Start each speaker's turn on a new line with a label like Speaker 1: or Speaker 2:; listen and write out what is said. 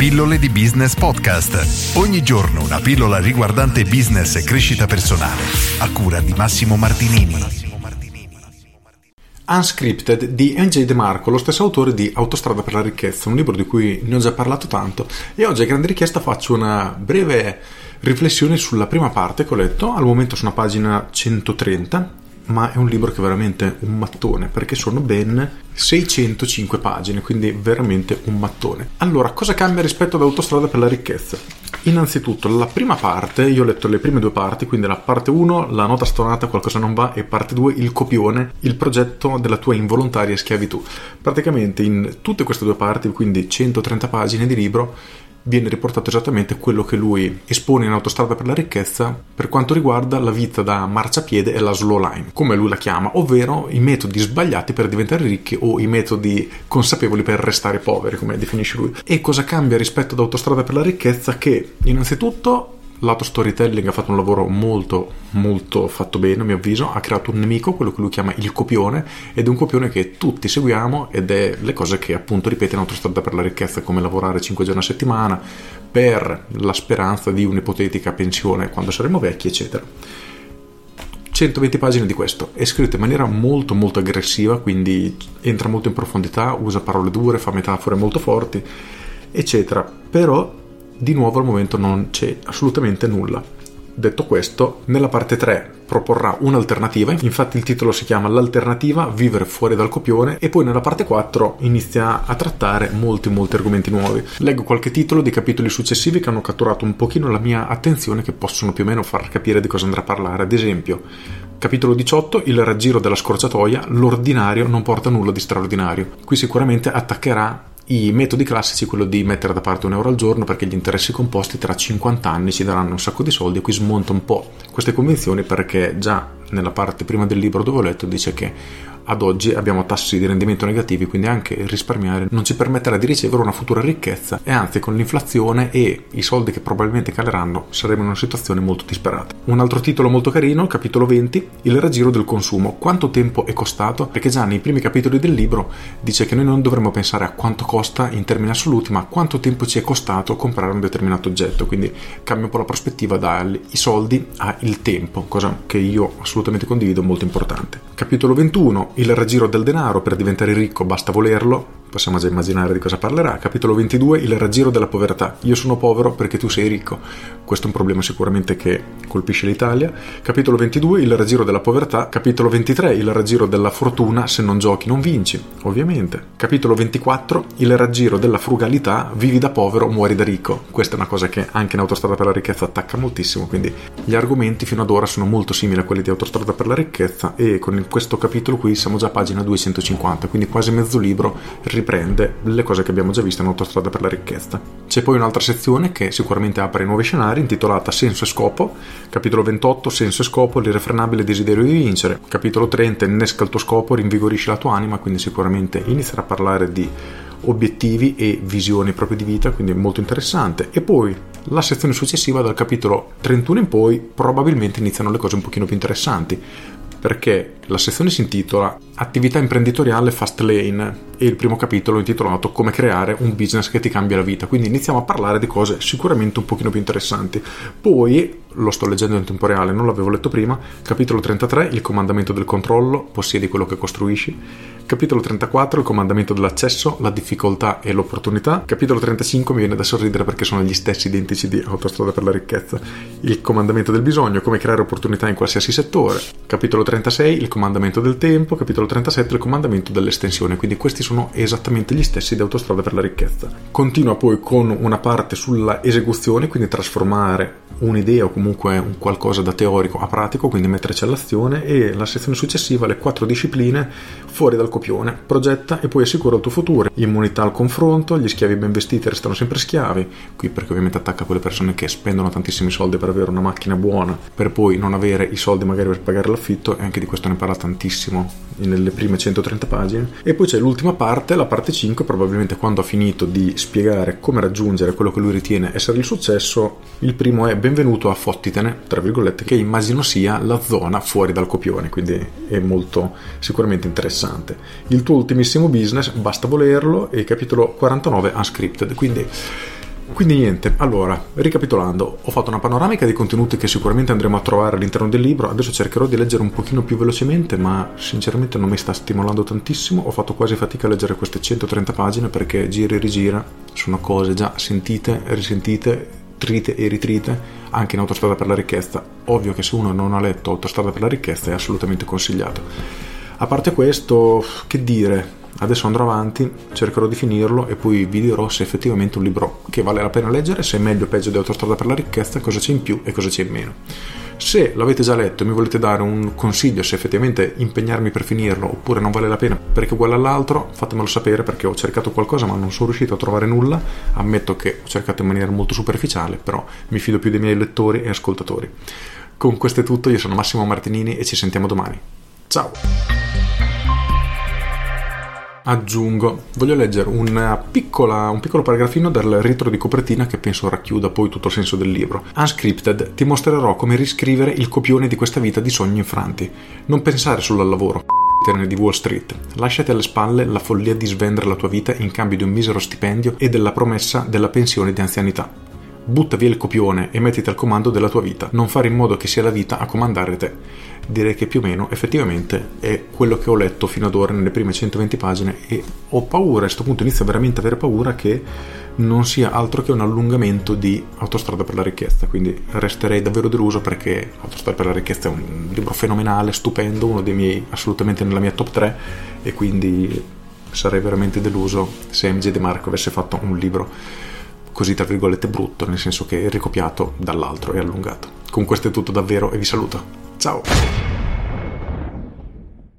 Speaker 1: Pillole di Business Podcast. Ogni giorno una pillola riguardante business e crescita personale. A cura di Massimo Martinini.
Speaker 2: Unscripted di NJ De Marco, lo stesso autore di Autostrada per la ricchezza, un libro di cui ne ho già parlato tanto, e oggi a grande richiesta faccio una breve riflessione sulla prima parte che ho letto. Al momento sono a pagina 130, ma è un libro che è veramente un mattone, perché sono ben 605 pagine, quindi veramente un mattone. Allora, cosa cambia rispetto ad Autostrada per la ricchezza? Innanzitutto, la prima parte, io ho letto le prime due parti, quindi la parte 1, la nota stonata, qualcosa non va, e parte 2, il copione, il progetto della tua involontaria schiavitù. Praticamente in tutte queste due parti, quindi 130 pagine di libro, viene riportato esattamente quello che lui espone in Autostrada per la ricchezza per quanto riguarda la vita da marciapiede e la slow line, come lui la chiama, ovvero i metodi sbagliati per diventare ricchi o i metodi consapevoli per restare poveri, come definisce lui. E cosa cambia rispetto ad Autostrada per la ricchezza? Che innanzitutto lato storytelling ha fatto un lavoro molto fatto bene, a mio avviso. Ha creato un nemico, quello che lui chiama il copione, ed è un copione che tutti seguiamo, ed è le cose che appunto ripete in Autostrada per la ricchezza, come lavorare 5 giorni a settimana per la speranza di un'ipotetica pensione quando saremo vecchi, eccetera. 120 pagine di questo, è scritto in maniera molto aggressiva, quindi entra molto in profondità, usa parole dure, fa metafore molto forti, eccetera. Però di nuovo al momento non c'è assolutamente nulla. Detto questo, nella parte 3 proporrà un'alternativa, infatti il titolo si chiama L'alternativa, vivere fuori dal copione, e poi nella parte 4 inizia a trattare molti argomenti nuovi. Leggo qualche titolo di capitoli successivi che hanno catturato un pochino la mia attenzione, che possono più o meno far capire di cosa andrà a parlare. Ad esempio, capitolo 18, il raggiro della scorciatoia, l'ordinario non porta nulla di straordinario. Qui sicuramente attaccherà i metodi classici, quello di mettere da parte €1 al giorno perché gli interessi composti tra 50 anni ci daranno un sacco di soldi, e qui smonta un po' queste convinzioni, perché già nella parte prima del libro dove ho letto dice che ad oggi abbiamo tassi di rendimento negativi, quindi anche risparmiare non ci permetterà di ricevere una futura ricchezza, e anzi con l'inflazione e i soldi che probabilmente caleranno saremo in una situazione molto disperata. Un altro titolo molto carino, capitolo 20, il raggiro del consumo, quanto tempo è costato, perché già nei primi capitoli del libro dice che noi non dovremmo pensare a quanto costa in termini assoluti, ma quanto tempo ci è costato comprare un determinato oggetto, quindi cambia un po' la prospettiva dai soldi al tempo, cosa che io assolutamente condivido, molto importante. Capitolo 21, il raggiro del denaro, per diventare ricco basta volerlo, possiamo già immaginare di cosa parlerà. Capitolo 22, il raggiro della povertà, io sono povero perché tu sei ricco, questo è un problema sicuramente che colpisce l'Italia. Capitolo 22, il raggiro della povertà. Capitolo 23, il raggiro della fortuna, se non giochi non vinci, ovviamente. Capitolo 24, il raggiro della frugalità, vivi da povero, muori da ricco. Questa è una cosa che anche in Autostrada per la ricchezza attacca moltissimo, quindi gli argomenti fino ad ora sono molto simili a quelli di Autostrada per la ricchezza, e con questo capitolo qui siamo già a pagina 250, quindi quasi mezzo libro riprende le cose che abbiamo già visto in Autostrada per la ricchezza. C'è poi un'altra sezione che sicuramente apre nuovi scenari, intitolata Senso e scopo. Capitolo 28, senso e scopo, l'irrefrenabile desiderio di vincere. Capitolo 30, innesca il tuo scopo, rinvigorisci la tua anima, quindi sicuramente inizierà a parlare di obiettivi e visioni proprie di vita, quindi è molto interessante. E poi la sezione successiva, dal capitolo 31 in poi, probabilmente iniziano le cose un pochino più interessanti, perché la sezione si intitola Attività imprenditoriale fast lane, e il primo capitolo è intitolato Come creare un business che ti cambia la vita, quindi iniziamo a parlare di cose sicuramente un pochino più interessanti. Poi, lo sto leggendo in tempo reale, non l'avevo letto prima, capitolo 33, il comandamento del controllo, possiedi quello che costruisci. Capitolo 34, il comandamento dell'accesso, la difficoltà e l'opportunità. Capitolo 35, mi viene da sorridere perché sono gli stessi identici di Autostrada per la ricchezza. Il comandamento del bisogno, come creare opportunità in qualsiasi settore. Capitolo 36, il comandamento del tempo. Capitolo 37, il comandamento dell'estensione. Quindi questi sono esattamente gli stessi di Autostrada per la ricchezza. Continua poi con una parte sulla esecuzione, quindi trasformare un'idea o comunque un qualcosa da teorico a pratico, quindi metterci all'azione, e la sezione successiva, le 4 discipline fuori dal copione, progetta e poi assicura il tuo futuro, immunità al confronto, gli schiavi ben vestiti restano sempre schiavi, qui perché ovviamente attacca quelle persone che spendono tantissimi soldi per avere una macchina buona per poi non avere i soldi magari per pagare l'affitto, e anche di questo ne parla tantissimo nelle prime 130 pagine. E poi c'è l'ultima parte, la parte 5, probabilmente quando ha finito di spiegare come raggiungere quello che lui ritiene essere il successo. Il primo è benvenuto a Fottitene, tra virgolette, che immagino sia la zona fuori dal copione, quindi è molto sicuramente interessante. Il tuo ultimissimo business, basta volerlo, e capitolo 49 Unscripted. Quindi Quindi niente, allora, ricapitolando, ho fatto una panoramica dei contenuti che sicuramente andremo a trovare all'interno del libro. Adesso cercherò di leggere un pochino più velocemente, ma sinceramente non mi sta stimolando tantissimo. Ho fatto quasi fatica a leggere queste 130 pagine perché gira e rigira sono cose già sentite, risentite, trite e ritrite anche in Autostrada per la ricchezza. Ovvio che se uno non ha letto Autostrada per la ricchezza è assolutamente consigliato. A parte questo, che dire, adesso andrò avanti, cercherò di finirlo e poi vi dirò se effettivamente è un libro che vale la pena leggere, se è meglio o peggio di Autostrada per la ricchezza, cosa c'è in più e cosa c'è in meno. Se l'avete già letto e mi volete dare un consiglio se effettivamente impegnarmi per finirlo oppure non vale la pena perché è uguale all'altro, fatemelo sapere, perché ho cercato qualcosa ma non sono riuscito a trovare nulla. Ammetto che ho cercato in maniera molto superficiale, però mi fido più dei miei lettori e ascoltatori. Con questo è tutto, io sono Massimo Martinini e ci sentiamo domani. Ciao! Aggiungo, voglio leggere un piccolo paragrafino del retro di copertina che penso racchiuda poi tutto il senso del libro. Unscripted, ti mostrerò come riscrivere il copione di questa vita di sogni infranti. Non pensare solo al lavoro, di Wall Street. Lasciati alle spalle la follia di svendere la tua vita in cambio di un misero stipendio e della promessa della pensione di anzianità. Butta via il copione e mettiti al comando della tua vita. Non fare in modo che sia la vita a comandare te. Direi che più o meno effettivamente è quello che ho letto fino ad ora nelle prime 120 pagine e ho paura, a questo punto inizio veramente a avere paura che non sia altro che un allungamento di Autostrada per la ricchezza, quindi resterei davvero deluso perché Autostrada per la ricchezza è un libro fenomenale, stupendo, uno dei miei assolutamente nella mia top 3 e quindi sarei veramente deluso se MJ De Marco avesse fatto un libro così tra virgolette brutto, nel senso che è ricopiato dall'altro e allungato. Con questo è tutto davvero e vi saluto. Ciao!